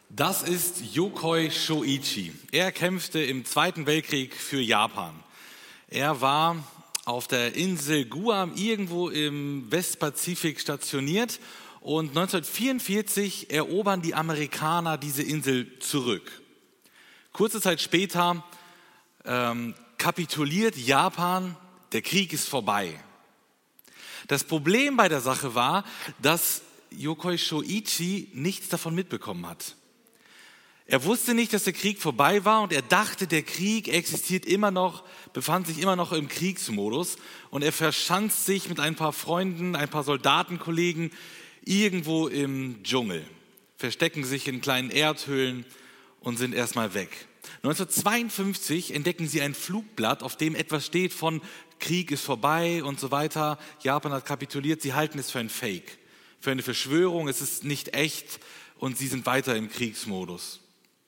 Das ist Yokoi Shōichi. Er kämpfte im Zweiten Weltkrieg für Japan. Er war auf der Insel Guam irgendwo im Westpazifik stationiert und 1944 erobern die Amerikaner diese Insel zurück. Kurze Zeit später kapituliert Japan, der Krieg ist vorbei. Das Problem bei der Sache war, dass Yokoi Shōichi nichts davon mitbekommen hat. Er wusste nicht, dass der Krieg vorbei war und er dachte, der Krieg existiert immer noch, befand sich immer noch im Kriegsmodus und er verschanzt sich mit ein paar Freunden, ein paar Soldatenkollegen irgendwo im Dschungel, verstecken sich in kleinen Erdhöhlen und sind erstmal weg. 1952 entdecken sie ein Flugblatt, auf dem etwas steht von Krieg ist vorbei und so weiter. Japan hat kapituliert, sie halten es für ein Fake, für eine Verschwörung, es ist nicht echt und sie sind weiter im Kriegsmodus.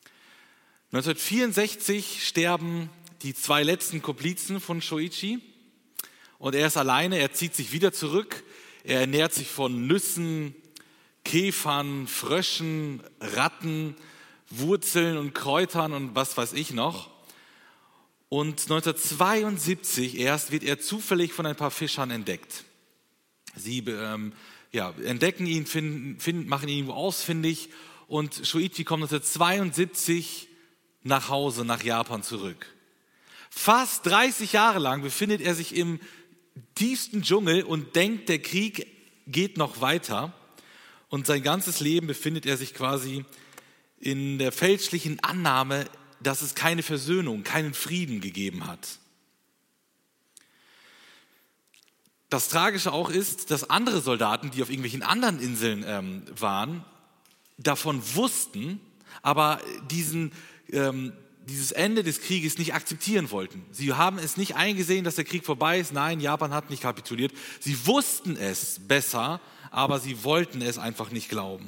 1964 sterben die zwei letzten Komplizen von Shōichi und er ist alleine, er zieht sich wieder zurück, er ernährt sich von Nüssen, Käfern, Fröschen, Ratten, Wurzeln und Kräutern und was weiß ich noch. Und 1972 erst wird er zufällig von ein paar Fischern entdeckt. Sie entdecken ihn, machen ihn irgendwo ausfindig und Shōichi kommt 1972 nach Hause, nach Japan zurück. Fast 30 Jahre lang befindet er sich im tiefsten Dschungel und denkt, der Krieg geht noch weiter. Und sein ganzes Leben befindet er sich quasi in der fälschlichen Annahme, dass es keine Versöhnung, keinen Frieden gegeben hat. Das Tragische auch ist, dass andere Soldaten, die auf irgendwelchen anderen Inseln waren, davon wussten, aber dieses Ende des Krieges nicht akzeptieren wollten. Sie haben es nicht eingesehen, dass der Krieg vorbei ist. Nein, Japan hat nicht kapituliert. Sie wussten es besser, aber sie wollten es einfach nicht glauben.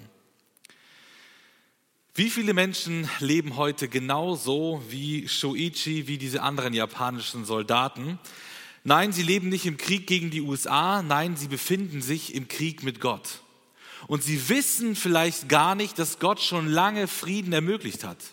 Wie viele Menschen leben heute genauso wie Shōichi, wie diese anderen japanischen Soldaten? Nein, sie leben nicht im Krieg gegen die USA. Nein, sie befinden sich im Krieg mit Gott. Und sie wissen vielleicht gar nicht, dass Gott schon lange Frieden ermöglicht hat.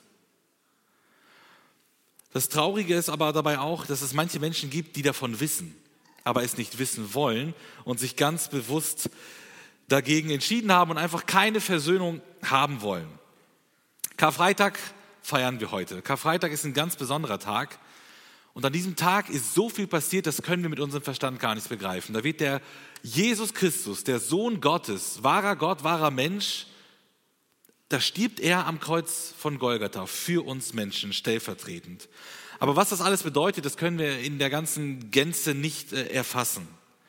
Das Traurige ist aber dabei auch, dass es manche Menschen gibt, die davon wissen, aber es nicht wissen wollen und sich ganz bewusst dagegen entschieden haben und einfach keine Versöhnung haben wollen. Karfreitag feiern wir heute. Karfreitag ist ein ganz besonderer Tag und an diesem Tag ist so viel passiert, das können wir mit unserem Verstand gar nicht begreifen. Da wird der Jesus Christus, der Sohn Gottes, wahrer Gott, wahrer Mensch, da stirbt er am Kreuz von Golgatha für uns Menschen stellvertretend. Aber was das alles bedeutet, das können wir in der ganzen Gänze nicht erfassen.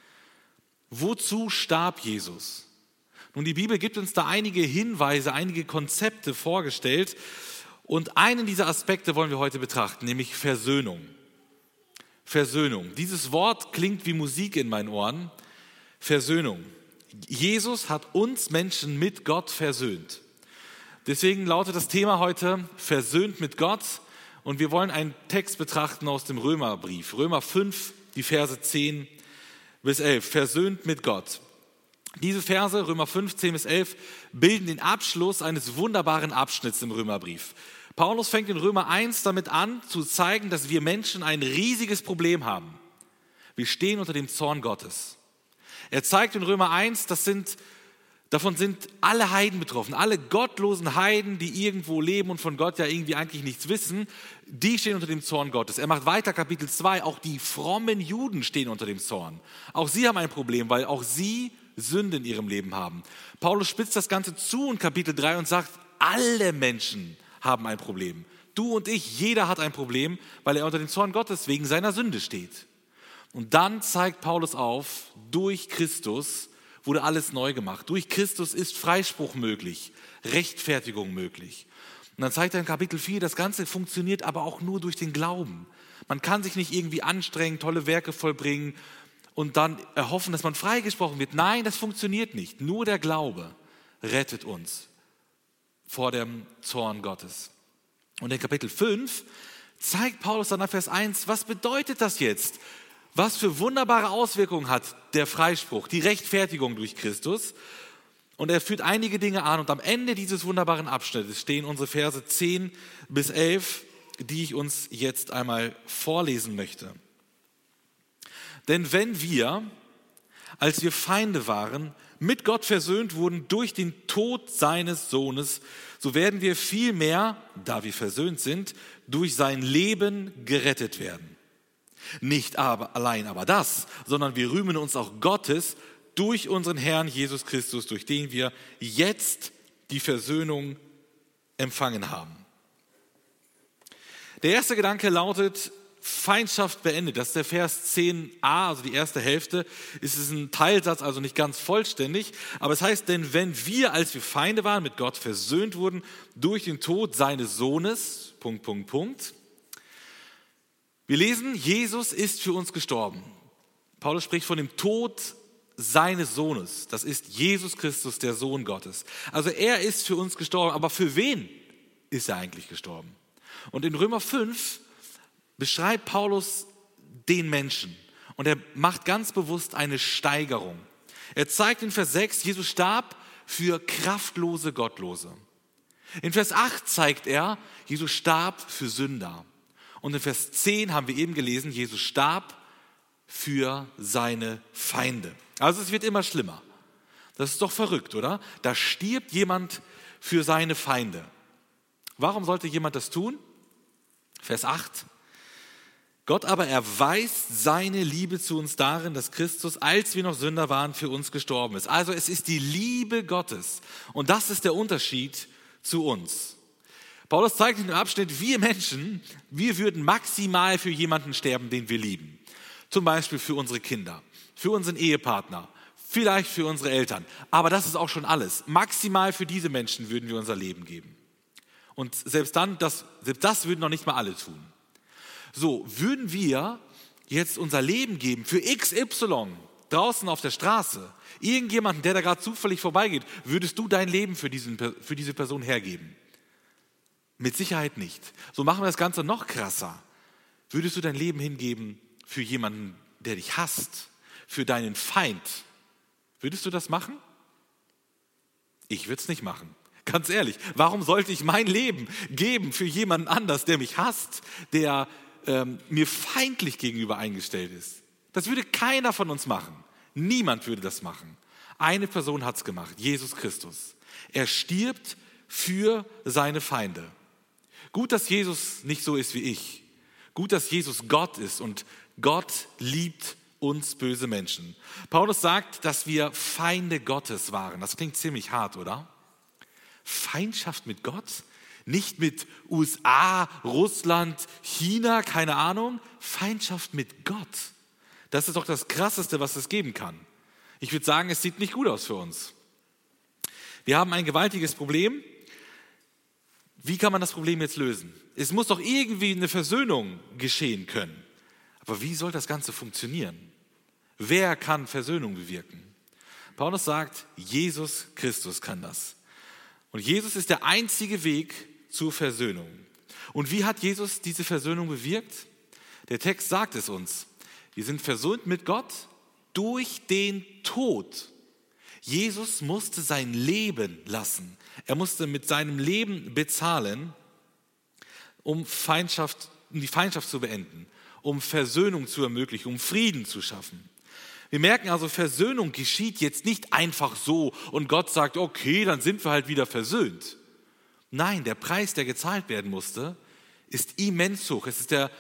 Wozu starb Jesus? Nun, die Bibel gibt uns da einige Hinweise, einige Konzepte vorgestellt und einen dieser Aspekte wollen wir heute betrachten, nämlich Versöhnung. Versöhnung. Dieses Wort klingt wie Musik in meinen Ohren. Versöhnung. Jesus hat uns Menschen mit Gott versöhnt. Deswegen lautet das Thema heute versöhnt mit Gott und wir wollen einen Text betrachten aus dem Römerbrief. Römer 5, die Verse 10 bis 11. Versöhnt mit Gott. Diese Verse, Römer 5, 10 bis 11, bilden den Abschluss eines wunderbaren Abschnitts im Römerbrief. Paulus fängt in Römer 1 damit an, zu zeigen, dass wir Menschen ein riesiges Problem haben. Wir stehen unter dem Zorn Gottes. Er zeigt in Römer 1, davon sind alle Heiden betroffen, alle gottlosen Heiden, die irgendwo leben und von Gott ja irgendwie eigentlich nichts wissen, die stehen unter dem Zorn Gottes. Er macht weiter, Kapitel 2, auch die frommen Juden stehen unter dem Zorn. Auch sie haben ein Problem, weil auch sie Sünde in ihrem Leben haben. Paulus spitzt das Ganze zu in Kapitel 3 und sagt, alle Menschen haben ein Problem. Du und ich, jeder hat ein Problem, weil er unter dem Zorn Gottes wegen seiner Sünde steht. Und dann zeigt Paulus auf, durch Christus wurde alles neu gemacht. Durch Christus ist Freispruch möglich, Rechtfertigung möglich. Und dann zeigt er in Kapitel 4, das Ganze funktioniert aber auch nur durch den Glauben. Man kann sich nicht irgendwie anstrengen, tolle Werke vollbringen und dann erhoffen, dass man freigesprochen wird. Nein, das funktioniert nicht. Nur der Glaube rettet uns vor dem Zorn Gottes. Und in Kapitel 5 zeigt Paulus dann nach Vers 1, was bedeutet das jetzt? Was für wunderbare Auswirkungen hat der Freispruch, die Rechtfertigung durch Christus? Und er führt einige Dinge an. Und am Ende dieses wunderbaren Abschnittes stehen unsere Verse 10 bis 11, die ich uns jetzt einmal vorlesen möchte. Denn wenn wir, als wir Feinde waren, mit Gott versöhnt wurden durch den Tod seines Sohnes, so werden wir vielmehr, da wir versöhnt sind, durch sein Leben gerettet werden. Nicht allein aber das, sondern wir rühmen uns auch Gottes durch unseren Herrn Jesus Christus, durch den wir jetzt die Versöhnung empfangen haben. Der erste Gedanke lautet, Feindschaft beendet. Das ist der Vers 10a, also die erste Hälfte. Es ist ein Teilsatz, also nicht ganz vollständig. Aber es heißt, denn wenn wir, als wir Feinde waren, mit Gott versöhnt wurden durch den Tod seines Sohnes, ... Wir lesen, Jesus ist für uns gestorben. Paulus spricht von dem Tod seines Sohnes. Das ist Jesus Christus, der Sohn Gottes. Also er ist für uns gestorben. Aber für wen ist er eigentlich gestorben? Und in Römer 5 beschreibt Paulus den Menschen und er macht ganz bewusst eine Steigerung. Er zeigt in Vers 6, Jesus starb für kraftlose Gottlose. In Vers 8 zeigt er, Jesus starb für Sünder. Und in Vers 10 haben wir eben gelesen, Jesus starb für seine Feinde. Also es wird immer schlimmer. Das ist doch verrückt, oder? Da stirbt jemand für seine Feinde. Warum sollte jemand das tun? Vers 8. Gott aber erweist seine Liebe zu uns darin, dass Christus, als wir noch Sünder waren, für uns gestorben ist. Also es ist die Liebe Gottes. Und das ist der Unterschied zu uns. Paulus zeigt in dem Abschnitt, wir Menschen, wir würden maximal für jemanden sterben, den wir lieben. Zum Beispiel für unsere Kinder, für unseren Ehepartner, vielleicht für unsere Eltern. Aber das ist auch schon alles. Maximal für diese Menschen würden wir unser Leben geben. Und selbst das würden noch nicht mal alle tun. So, würden wir jetzt unser Leben geben für XY draußen auf der Straße, irgendjemanden, der da gerade zufällig vorbeigeht, würdest du dein Leben für diese Person hergeben? Mit Sicherheit nicht. So machen wir das Ganze noch krasser. Würdest du dein Leben hingeben für jemanden, der dich hasst, für deinen Feind? Würdest du das machen? Ich würde es nicht machen. Ganz ehrlich, warum sollte ich mein Leben geben für jemanden anders, der mich hasst, der mir feindlich gegenüber eingestellt ist? Das würde keiner von uns machen. Niemand würde das machen. Eine Person hat es gemacht, Jesus Christus. Er stirbt für seine Feinde. Gut, dass Jesus nicht so ist wie ich. Gut, dass Jesus Gott ist und Gott liebt uns böse Menschen. Paulus sagt, dass wir Feinde Gottes waren. Das klingt ziemlich hart, oder? Feindschaft mit Gott? Nicht mit USA, Russland, China, keine Ahnung. Feindschaft mit Gott. Das ist doch das Krasseste, was es geben kann. Ich würde sagen, es sieht nicht gut aus für uns. Wir haben ein gewaltiges Problem. Wie kann man das Problem jetzt lösen? Es muss doch irgendwie eine Versöhnung geschehen können. Aber wie soll das Ganze funktionieren? Wer kann Versöhnung bewirken? Paulus sagt, Jesus Christus kann das. Und Jesus ist der einzige Weg zur Versöhnung. Und wie hat Jesus diese Versöhnung bewirkt? Der Text sagt es uns. Wir sind versöhnt mit Gott durch den Tod. Jesus musste sein Leben lassen. Er musste mit seinem Leben bezahlen, um die Feindschaft zu beenden, um Versöhnung zu ermöglichen, um Frieden zu schaffen. Wir merken also, Versöhnung geschieht jetzt nicht einfach so und Gott sagt, okay, dann sind wir halt wieder versöhnt. Nein, der Preis, der gezahlt werden musste, ist immens hoch. Es ist der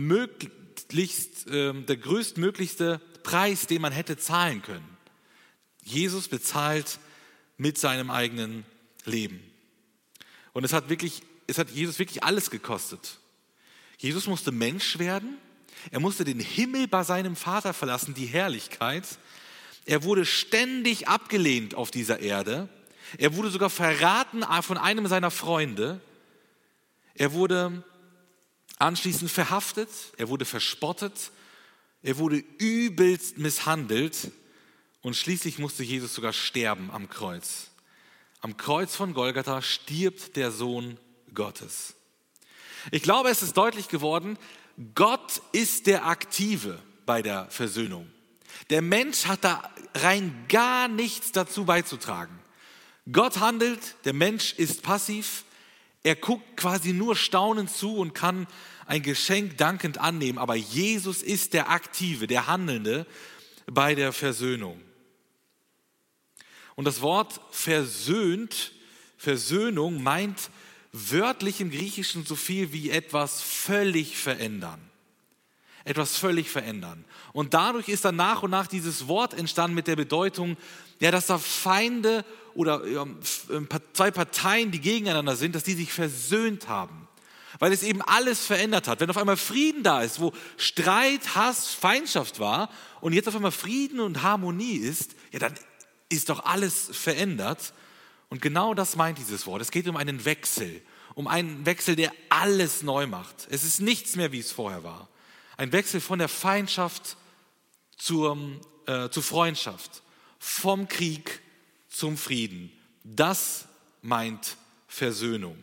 größtmöglichste Preis, den man hätte zahlen können. Jesus bezahlt mit seinem eigenen Leben. Und es hat Jesus wirklich alles gekostet. Jesus musste Mensch werden. Er musste den Himmel bei seinem Vater verlassen, die Herrlichkeit. Er wurde ständig abgelehnt auf dieser Erde. Er wurde sogar verraten von einem seiner Freunde. Er wurde anschließend verhaftet. Er wurde verspottet. Er wurde übelst misshandelt. Und schließlich musste Jesus sogar sterben am Kreuz. Am Kreuz von Golgatha stirbt der Sohn Gottes. Ich glaube, es ist deutlich geworden, Gott ist der Aktive bei der Versöhnung. Der Mensch hat da rein gar nichts dazu beizutragen. Gott handelt, der Mensch ist passiv. Er guckt quasi nur staunend zu und kann ein Geschenk dankend annehmen. Aber Jesus ist der Aktive, der Handelnde bei der Versöhnung. Und das Wort Versöhnung meint wörtlich im Griechischen so viel wie etwas völlig verändern. Etwas völlig verändern. Und dadurch ist dann nach und nach dieses Wort entstanden mit der Bedeutung, ja, dass da Feinde oder zwei Parteien, die gegeneinander sind, dass die sich versöhnt haben. Weil es eben alles verändert hat. Wenn auf einmal Frieden da ist, wo Streit, Hass, Feindschaft war und jetzt auf einmal Frieden und Harmonie ist, ja, dann ist doch alles verändert. Und genau das meint dieses Wort. Es geht um einen Wechsel, der alles neu macht. Es ist nichts mehr, wie es vorher war. Ein Wechsel von der Feindschaft zur Freundschaft, vom Krieg zum Frieden. Das meint Versöhnung.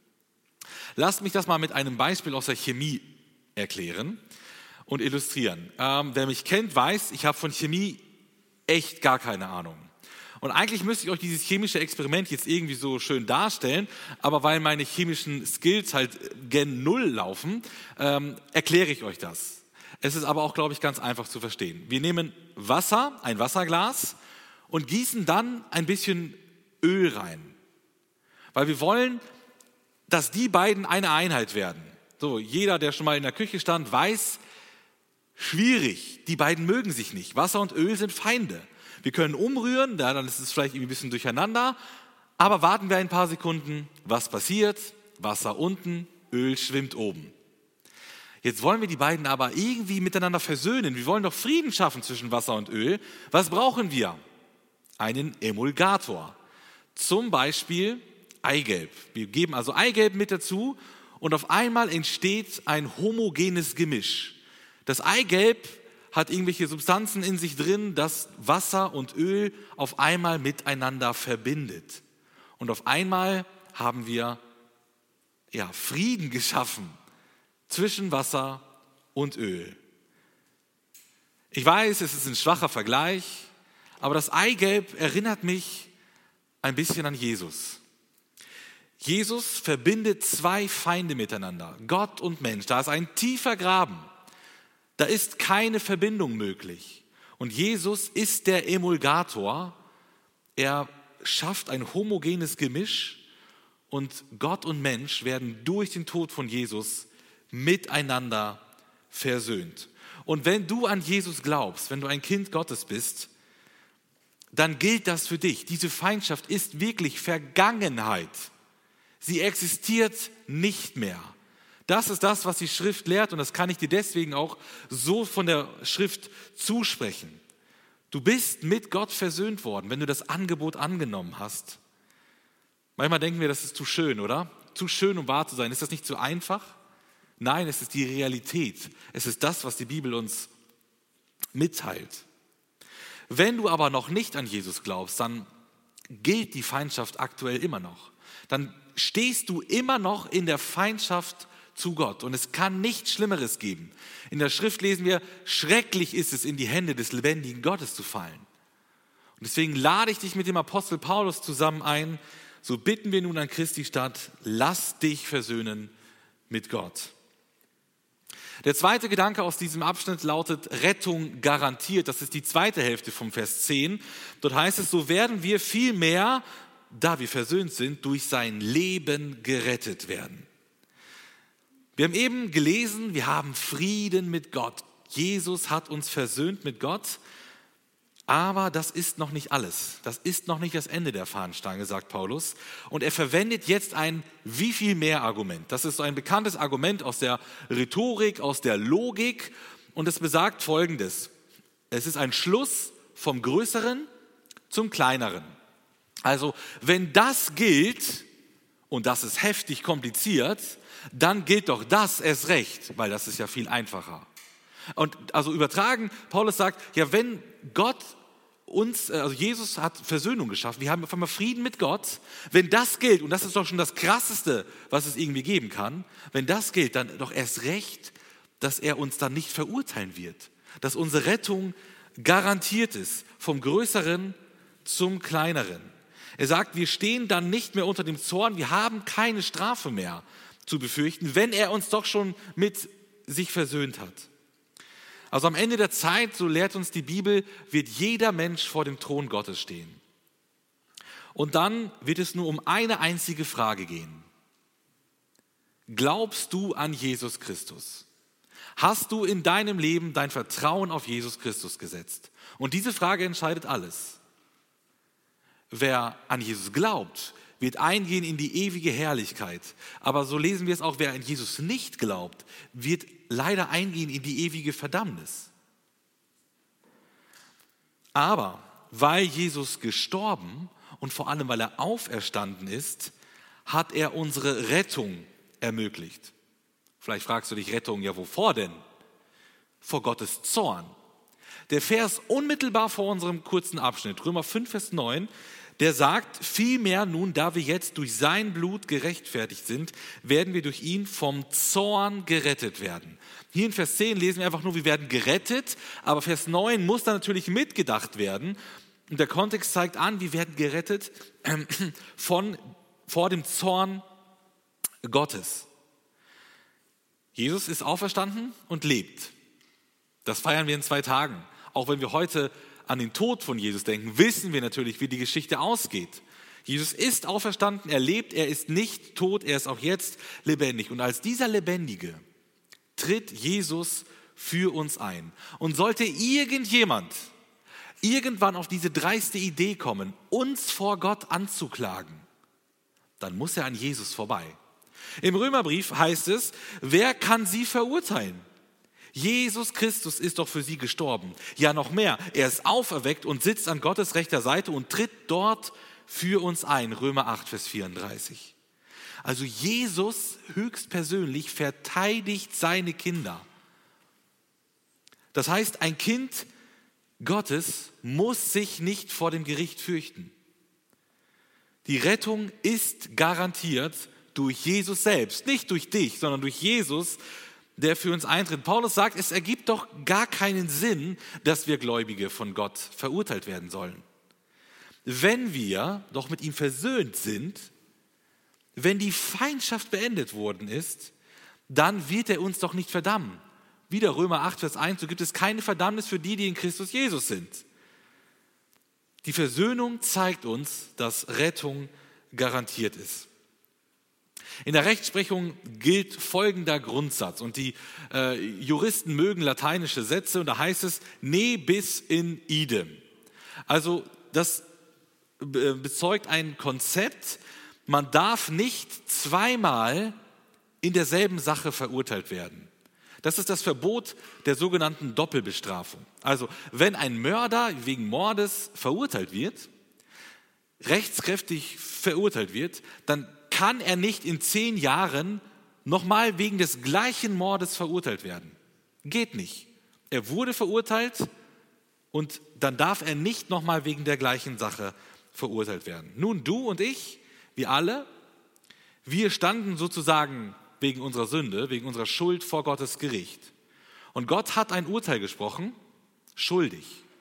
Lasst mich das mal mit einem Beispiel aus der Chemie erklären und illustrieren. Wer mich kennt, weiß, ich habe von Chemie echt gar keine Ahnung. Und eigentlich müsste ich euch dieses chemische Experiment jetzt irgendwie so schön darstellen, aber weil meine chemischen Skills halt gen Null laufen, erkläre ich euch das. Es ist aber auch, glaube ich, ganz einfach zu verstehen. Wir nehmen Wasser, ein Wasserglas und gießen dann ein bisschen Öl rein. Weil wir wollen, dass die beiden eine Einheit werden. So, jeder, der schon mal in der Küche stand, weiß, schwierig, die beiden mögen sich nicht. Wasser und Öl sind Feinde. Wir können umrühren, dann ist es vielleicht irgendwie ein bisschen durcheinander, aber warten wir ein paar Sekunden, was passiert? Wasser unten, Öl schwimmt oben. Jetzt wollen wir die beiden aber irgendwie miteinander versöhnen. Wir wollen doch Frieden schaffen zwischen Wasser und Öl. Was brauchen wir? Einen Emulgator. Zum Beispiel Eigelb. Wir geben also Eigelb mit dazu und auf einmal entsteht ein homogenes Gemisch. Das Eigelb hat irgendwelche Substanzen in sich drin, das Wasser und Öl auf einmal miteinander verbindet. Und auf einmal haben wir Frieden geschaffen zwischen Wasser und Öl. Ich weiß, es ist ein schwacher Vergleich, aber das Eigelb erinnert mich ein bisschen an Jesus. Jesus verbindet zwei Feinde miteinander, Gott und Mensch. Da ist ein tiefer Graben. Da ist keine Verbindung möglich. Und Jesus ist der Emulgator. Er schafft ein homogenes Gemisch und Gott und Mensch werden durch den Tod von Jesus miteinander versöhnt. Und wenn du an Jesus glaubst, wenn du ein Kind Gottes bist, dann gilt das für dich. Diese Feindschaft ist wirklich Vergangenheit. Sie existiert nicht mehr. Das ist das, was die Schrift lehrt und das kann ich dir deswegen auch so von der Schrift zusprechen. Du bist mit Gott versöhnt worden, wenn du das Angebot angenommen hast. Manchmal denken wir, das ist zu schön, oder? Zu schön, um wahr zu sein. Ist das nicht zu einfach? Nein, es ist die Realität. Es ist das, was die Bibel uns mitteilt. Wenn du aber noch nicht an Jesus glaubst, dann gilt die Feindschaft aktuell immer noch. Dann stehst du immer noch in der Feindschaft zu Gott. Und es kann nichts Schlimmeres geben. In der Schrift lesen wir, schrecklich ist es, in die Hände des lebendigen Gottes zu fallen. Und deswegen lade ich dich mit dem Apostel Paulus zusammen ein, so bitten wir nun an Christi statt, lass dich versöhnen mit Gott. Der zweite Gedanke aus diesem Abschnitt lautet, Rettung garantiert. Das ist die zweite Hälfte vom Vers 10. Dort heißt es, so werden wir vielmehr, da wir versöhnt sind, durch sein Leben gerettet werden. Wir haben eben gelesen, wir haben Frieden mit Gott. Jesus hat uns versöhnt mit Gott, aber das ist noch nicht alles. Das ist noch nicht das Ende der Fahnenstange, sagt Paulus. Und er verwendet jetzt ein wie viel mehr Argument. Das ist so ein bekanntes Argument aus der Rhetorik, aus der Logik und es besagt Folgendes. Es ist ein Schluss vom Größeren zum Kleineren. Also wenn das gilt, und das ist heftig kompliziert, dann gilt doch das erst recht, weil das ist ja viel einfacher. Und also übertragen, Paulus sagt, ja, wenn Gott uns, also Jesus hat Versöhnung geschaffen, wir haben auf einmal Frieden mit Gott, wenn das gilt, und das ist doch schon das Krasseste, was es irgendwie geben kann, wenn das gilt, dann doch erst recht, dass er uns dann nicht verurteilen wird, dass unsere Rettung garantiert ist, vom Größeren zum Kleineren. Er sagt, wir stehen dann nicht mehr unter dem Zorn, wir haben keine Strafe mehr zu befürchten, wenn er uns doch schon mit sich versöhnt hat. Also am Ende der Zeit, so lehrt uns die Bibel, wird jeder Mensch vor dem Thron Gottes stehen. Und dann wird es nur um eine einzige Frage gehen. Glaubst du an Jesus Christus? Hast du in deinem Leben dein Vertrauen auf Jesus Christus gesetzt? Und diese Frage entscheidet alles. Wer an Jesus glaubt, wird eingehen in die ewige Herrlichkeit. Aber so lesen wir es auch, wer an Jesus nicht glaubt, wird leider eingehen in die ewige Verdammnis. Aber weil Jesus gestorben und vor allem weil er auferstanden ist, hat er unsere Rettung ermöglicht. Vielleicht fragst du dich, Rettung, ja wovor denn? Vor Gottes Zorn. Der Vers unmittelbar vor unserem kurzen Abschnitt, Römer 5, Vers 9, der sagt, vielmehr nun, da wir jetzt durch sein Blut gerechtfertigt sind, werden wir durch ihn vom Zorn gerettet werden. Hier in Vers 10 lesen wir einfach nur, wir werden gerettet, aber Vers 9 muss da natürlich mitgedacht werden. Und der Kontext zeigt an, wir werden gerettet vor dem Zorn Gottes. Jesus ist auferstanden und lebt. Das feiern wir in 2 Tagen. Auch wenn wir heute an den Tod von Jesus denken, wissen wir natürlich, wie die Geschichte ausgeht. Jesus ist auferstanden, er lebt, er ist nicht tot, er ist auch jetzt lebendig. Und als dieser Lebendige tritt Jesus für uns ein. Und sollte irgendjemand irgendwann auf diese dreiste Idee kommen, uns vor Gott anzuklagen, dann muss er an Jesus vorbei. Im Römerbrief heißt es, wer kann sie verurteilen? Jesus Christus ist doch für sie gestorben. Ja, noch mehr, er ist auferweckt und sitzt an Gottes rechter Seite und tritt dort für uns ein. Römer 8, Vers 34. Also Jesus höchstpersönlich verteidigt seine Kinder. Das heißt, ein Kind Gottes muss sich nicht vor dem Gericht fürchten. Die Rettung ist garantiert durch Jesus selbst, nicht durch dich, sondern durch Jesus, der für uns eintritt. Paulus sagt, es ergibt doch gar keinen Sinn, dass wir Gläubige von Gott verurteilt werden sollen. Wenn wir doch mit ihm versöhnt sind, wenn die Feindschaft beendet worden ist, dann wird er uns doch nicht verdammen. Wieder Römer 8, Vers 1, so gibt es keine Verdammnis für die in Christus Jesus sind. Die Versöhnung zeigt uns, dass Rettung garantiert ist. In der Rechtsprechung gilt folgender Grundsatz und die Juristen mögen lateinische Sätze und da heißt es ne bis in idem. Also das bezeugt ein Konzept, man darf nicht zweimal in derselben Sache verurteilt werden. Das ist das Verbot der sogenannten Doppelbestrafung. Also wenn ein Mörder wegen Mordes verurteilt wird, rechtskräftig verurteilt wird, dann kann er nicht in 10 Jahren nochmal wegen des gleichen Mordes verurteilt werden. Geht nicht. Er wurde verurteilt und dann darf er nicht nochmal wegen der gleichen Sache verurteilt werden. Nun, du und ich, wir alle, wir standen sozusagen wegen unserer Sünde, wegen unserer Schuld vor Gottes Gericht. Und Gott hat ein Urteil gesprochen, schuldig.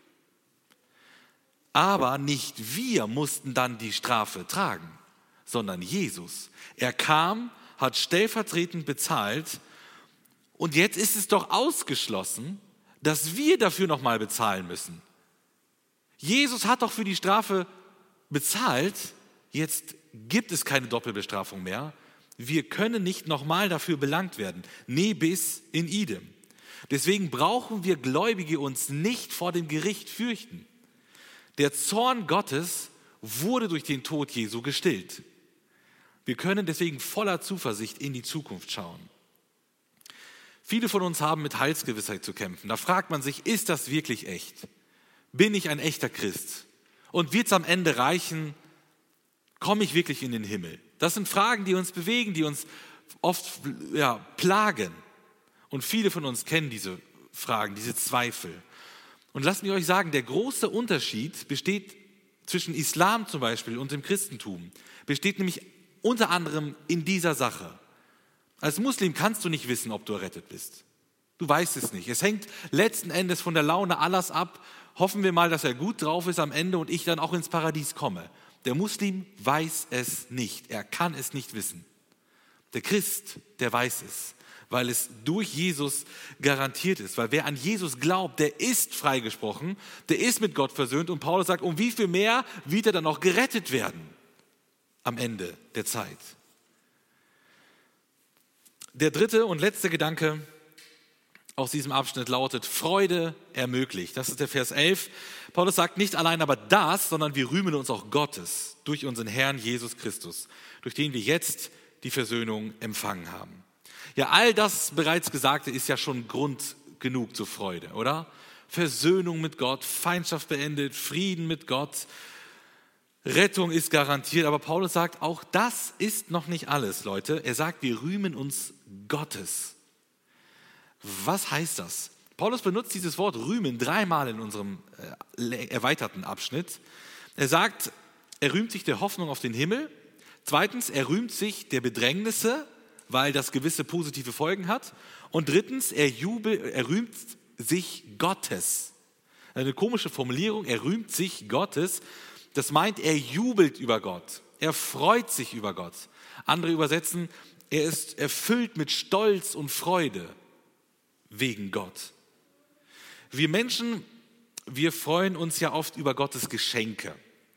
Aber nicht wir mussten dann die Strafe tragen, sondern Jesus. Er kam, hat stellvertretend bezahlt und jetzt ist es doch ausgeschlossen, dass wir dafür nochmal bezahlen müssen. Jesus hat doch für die Strafe bezahlt, jetzt gibt es keine Doppelbestrafung mehr. Wir können nicht nochmal dafür belangt werden. Ne bis in idem. Deswegen brauchen wir Gläubige uns nicht vor dem Gericht fürchten. Der Zorn Gottes wurde durch den Tod Jesu gestillt. Wir können deswegen voller Zuversicht in die Zukunft schauen. Viele von uns haben mit Heilsgewissheit zu kämpfen. Da fragt man sich, ist das wirklich echt? Bin ich ein echter Christ? Und wird es am Ende reichen? Komme ich wirklich in den Himmel? Das sind Fragen, die uns bewegen, die uns oft plagen. Und viele von uns kennen diese Fragen, diese Zweifel. Und lasst mich euch sagen, der große Unterschied besteht zwischen Islam zum Beispiel und dem Christentum, besteht nämlich unter anderem in dieser Sache. Als Muslim kannst du nicht wissen, ob du errettet bist. Du weißt es nicht. Es hängt letzten Endes von der Laune Allahs ab. Hoffen wir mal, dass er gut drauf ist am Ende und ich dann auch ins Paradies komme. Der Muslim weiß es nicht. Er kann es nicht wissen. Der Christ, der weiß es, weil es durch Jesus garantiert ist. Weil wer an Jesus glaubt, der ist freigesprochen, der ist mit Gott versöhnt. Und Paulus sagt, um wie viel mehr wird er dann noch gerettet werden am Ende der Zeit. Der dritte und letzte Gedanke aus diesem Abschnitt lautet, Freude ermöglicht. Das ist der Vers 11. Paulus sagt nicht allein aber das, sondern wir rühmen uns auch Gottes durch unseren Herrn Jesus Christus, durch den wir jetzt die Versöhnung empfangen haben. Ja, all das bereits Gesagte ist ja schon Grund genug zur Freude, oder? Versöhnung mit Gott, Feindschaft beendet, Frieden mit Gott, Rettung ist garantiert. Aber Paulus sagt, auch das ist noch nicht alles, Leute. Er sagt, wir rühmen uns Gottes. Was heißt das? Paulus benutzt dieses Wort rühmen 3-mal in unserem erweiterten Abschnitt. Er sagt, er rühmt sich der Hoffnung auf den Himmel. Zweitens, er rühmt sich der Bedrängnisse, weil das gewisse positive Folgen hat. Und drittens, er rühmt sich Gottes. Eine komische Formulierung, er rühmt sich Gottes. Das meint, er jubelt über Gott. Er freut sich über Gott. Andere übersetzen, er ist erfüllt mit Stolz und Freude wegen Gott. Wir Menschen, wir freuen uns ja oft über Gottes Geschenke.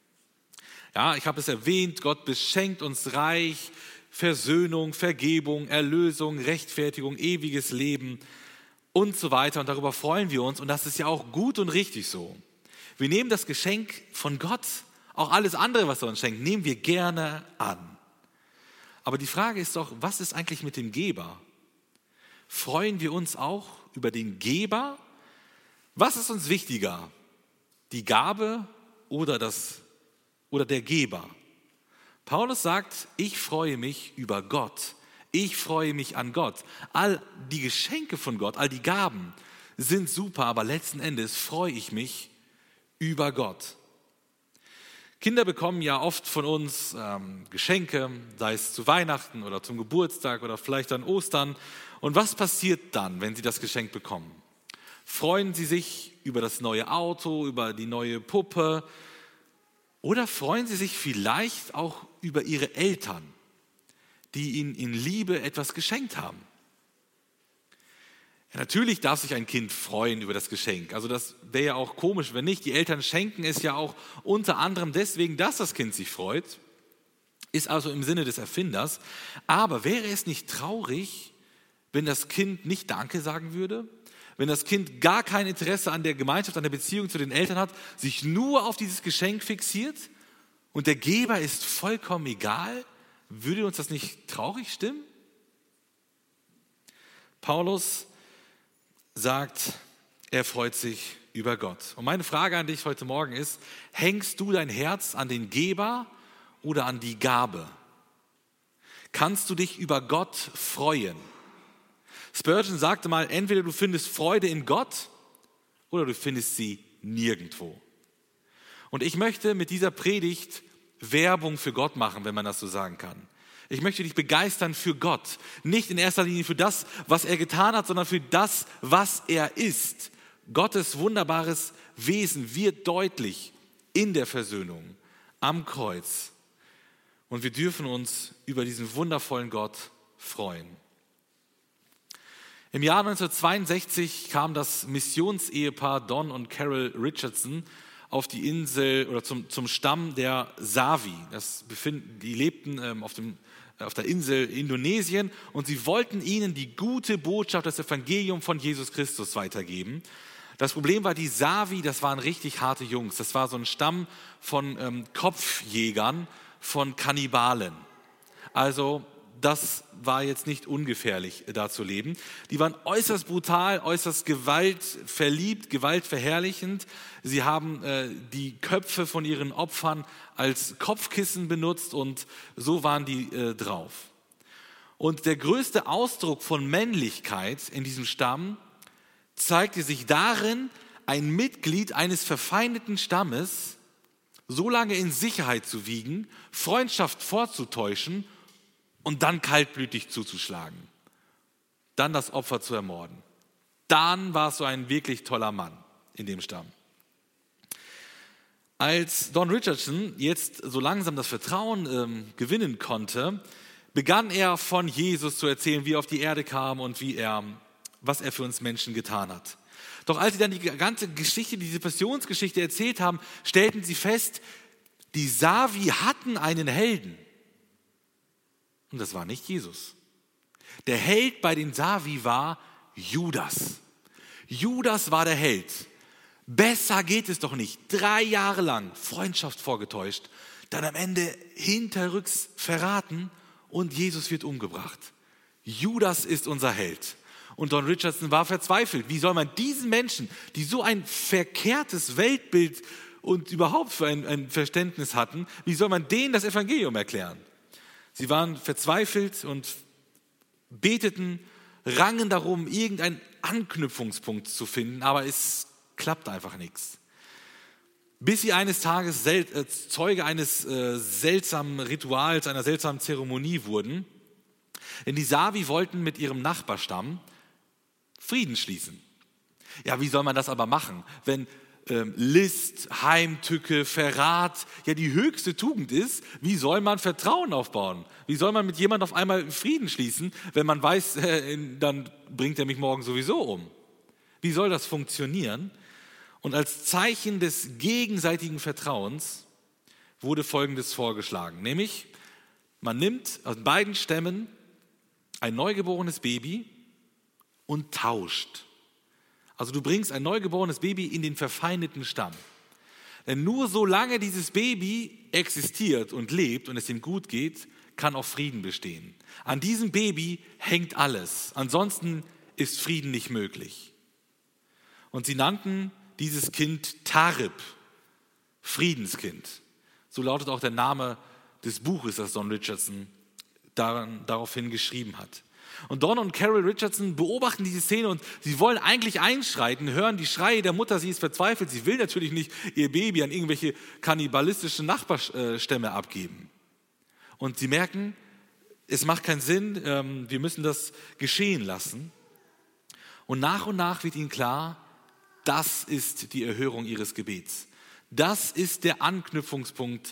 Ja, ich habe es erwähnt, Gott beschenkt uns reich, Versöhnung, Vergebung, Erlösung, Rechtfertigung, ewiges Leben und so weiter. Und darüber freuen wir uns und das ist ja auch gut und richtig so. Wir nehmen das Geschenk von Gott, auch alles andere, was er uns schenkt, nehmen wir gerne an. Aber die Frage ist doch, was ist eigentlich mit dem Geber? Freuen wir uns auch über den Geber? Was ist uns wichtiger? Die Gabe oder der Geber? Paulus sagt, ich freue mich über Gott. Ich freue mich an Gott. All die Geschenke von Gott, all die Gaben sind super, aber letzten Endes freue ich mich über Gott. Kinder bekommen ja oft von uns Geschenke, sei es zu Weihnachten oder zum Geburtstag oder vielleicht an Ostern. Und was passiert dann, wenn sie das Geschenk bekommen? Freuen sie sich über das neue Auto, über die neue Puppe? Oder freuen sie sich vielleicht auch über ihre Eltern, die ihnen in Liebe etwas geschenkt haben? Ja, natürlich darf sich ein Kind freuen über das Geschenk. Also das wäre ja auch komisch, wenn nicht. Die Eltern schenken es ja auch unter anderem deswegen, dass das Kind sich freut. Ist also im Sinne des Erfinders. Aber wäre es nicht traurig, wenn das Kind nicht Danke sagen würde? Wenn das Kind gar kein Interesse an der Gemeinschaft, an der Beziehung zu den Eltern hat, sich nur auf dieses Geschenk fixiert und der Geber ist vollkommen egal? Würde uns das nicht traurig stimmen? Paulus sagt, er freut sich über Gott. Und meine Frage an dich heute Morgen ist, hängst du dein Herz an den Geber oder an die Gabe? Kannst du dich über Gott freuen? Spurgeon sagte mal, entweder du findest Freude in Gott oder du findest sie nirgendwo. Und ich möchte mit dieser Predigt Werbung für Gott machen, wenn man das so sagen kann. Ich möchte dich begeistern für Gott. Nicht in erster Linie für das, was er getan hat, sondern für das, was er ist. Gottes wunderbares Wesen wird deutlich in der Versöhnung am Kreuz. Und wir dürfen uns über diesen wundervollen Gott freuen. Im Jahr 1962 kam das Missionsehepaar Don und Carol Richardson auf die Insel oder zum Stamm der Savi. Die lebten auf der Insel Indonesien und sie wollten ihnen die gute Botschaft, das Evangelium von Jesus Christus weitergeben. Das Problem war, die Savi, das waren richtig harte Jungs. Das war so ein Stamm von Kopfjägern, von Kannibalen. Also das war jetzt nicht ungefährlich, da zu leben. Die waren äußerst brutal, äußerst gewaltverliebt, gewaltverherrlichend. Sie haben die Köpfe von ihren Opfern als Kopfkissen benutzt und so waren die drauf. Und der größte Ausdruck von Männlichkeit in diesem Stamm zeigte sich darin, ein Mitglied eines verfeindeten Stammes so lange in Sicherheit zu wiegen, Freundschaft vorzutäuschen und dann kaltblütig zuzuschlagen. Dann das Opfer zu ermorden. Dann war es so ein wirklich toller Mann in dem Stamm. Als Don Richardson jetzt so langsam das Vertrauen gewinnen konnte, begann er von Jesus zu erzählen, wie er auf die Erde kam und was er für uns Menschen getan hat. Doch als sie dann die ganze Geschichte, diese Passionsgeschichte erzählt haben, stellten sie fest, die Savi hatten einen Helden. Und das war nicht Jesus. Der Held bei den Savi war Judas. Judas war der Held. Besser geht es doch nicht. 3 Jahre lang Freundschaft vorgetäuscht, dann am Ende hinterrücks verraten und Jesus wird umgebracht. Judas ist unser Held. Und Don Richardson war verzweifelt. Wie soll man diesen Menschen, die so ein verkehrtes Weltbild und überhaupt für ein Verständnis hatten, wie soll man denen das Evangelium erklären? Sie waren verzweifelt und beteten, rangen darum, irgendeinen Anknüpfungspunkt zu finden, aber es klappt einfach nichts. Bis sie eines Tages Zeuge eines seltsamen Rituals, einer seltsamen Zeremonie wurden. Denn die Savi wollten mit ihrem Nachbarstamm Frieden schließen. Ja, wie soll man das aber machen, wenn List, Heimtücke, Verrat ja die höchste Tugend ist? Wie soll man Vertrauen aufbauen? Wie soll man mit jemandem auf einmal Frieden schließen, wenn man weiß, dann bringt er mich morgen sowieso um? Wie soll das funktionieren? Und als Zeichen des gegenseitigen Vertrauens wurde Folgendes vorgeschlagen, nämlich man nimmt aus beiden Stämmen ein neugeborenes Baby und tauscht. Also du bringst ein neugeborenes Baby in den verfeindeten Stamm. Denn nur solange dieses Baby existiert und lebt und es ihm gut geht, kann auch Frieden bestehen. An diesem Baby hängt alles. Ansonsten ist Frieden nicht möglich. Und sie nannten dieses Kind Tarib, Friedenskind. So lautet auch der Name des Buches, das Don Richardson daraufhin geschrieben hat. Und Don und Carol Richardson beobachten diese Szene und sie wollen eigentlich einschreiten, hören die Schreie der Mutter, sie ist verzweifelt, sie will natürlich nicht ihr Baby an irgendwelche kannibalistischen Nachbarstämme abgeben. Und sie merken, es macht keinen Sinn, wir müssen das geschehen lassen. Und nach wird ihnen klar, das ist die Erhörung ihres Gebets. Das ist der Anknüpfungspunkt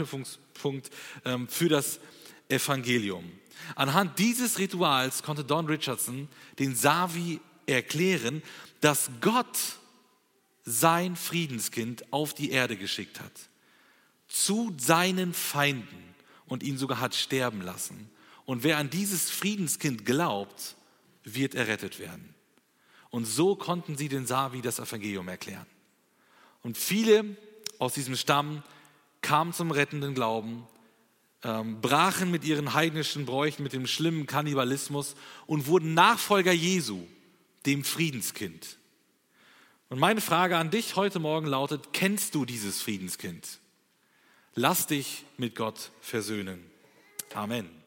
für das Evangelium. Anhand dieses Rituals konnte Don Richardson den Savi erklären, dass Gott sein Friedenskind auf die Erde geschickt hat, zu seinen Feinden und ihn sogar hat sterben lassen. Und wer an dieses Friedenskind glaubt, wird errettet werden. Und so konnten sie den Savi das Evangelium erklären. Und viele aus diesem Stamm kamen zum rettenden Glauben, brachen mit ihren heidnischen Bräuchen, mit dem schlimmen Kannibalismus und wurden Nachfolger Jesu, dem Friedenskind. Und meine Frage an dich heute Morgen lautet, kennst du dieses Friedenskind? Lass dich mit Gott versöhnen. Amen.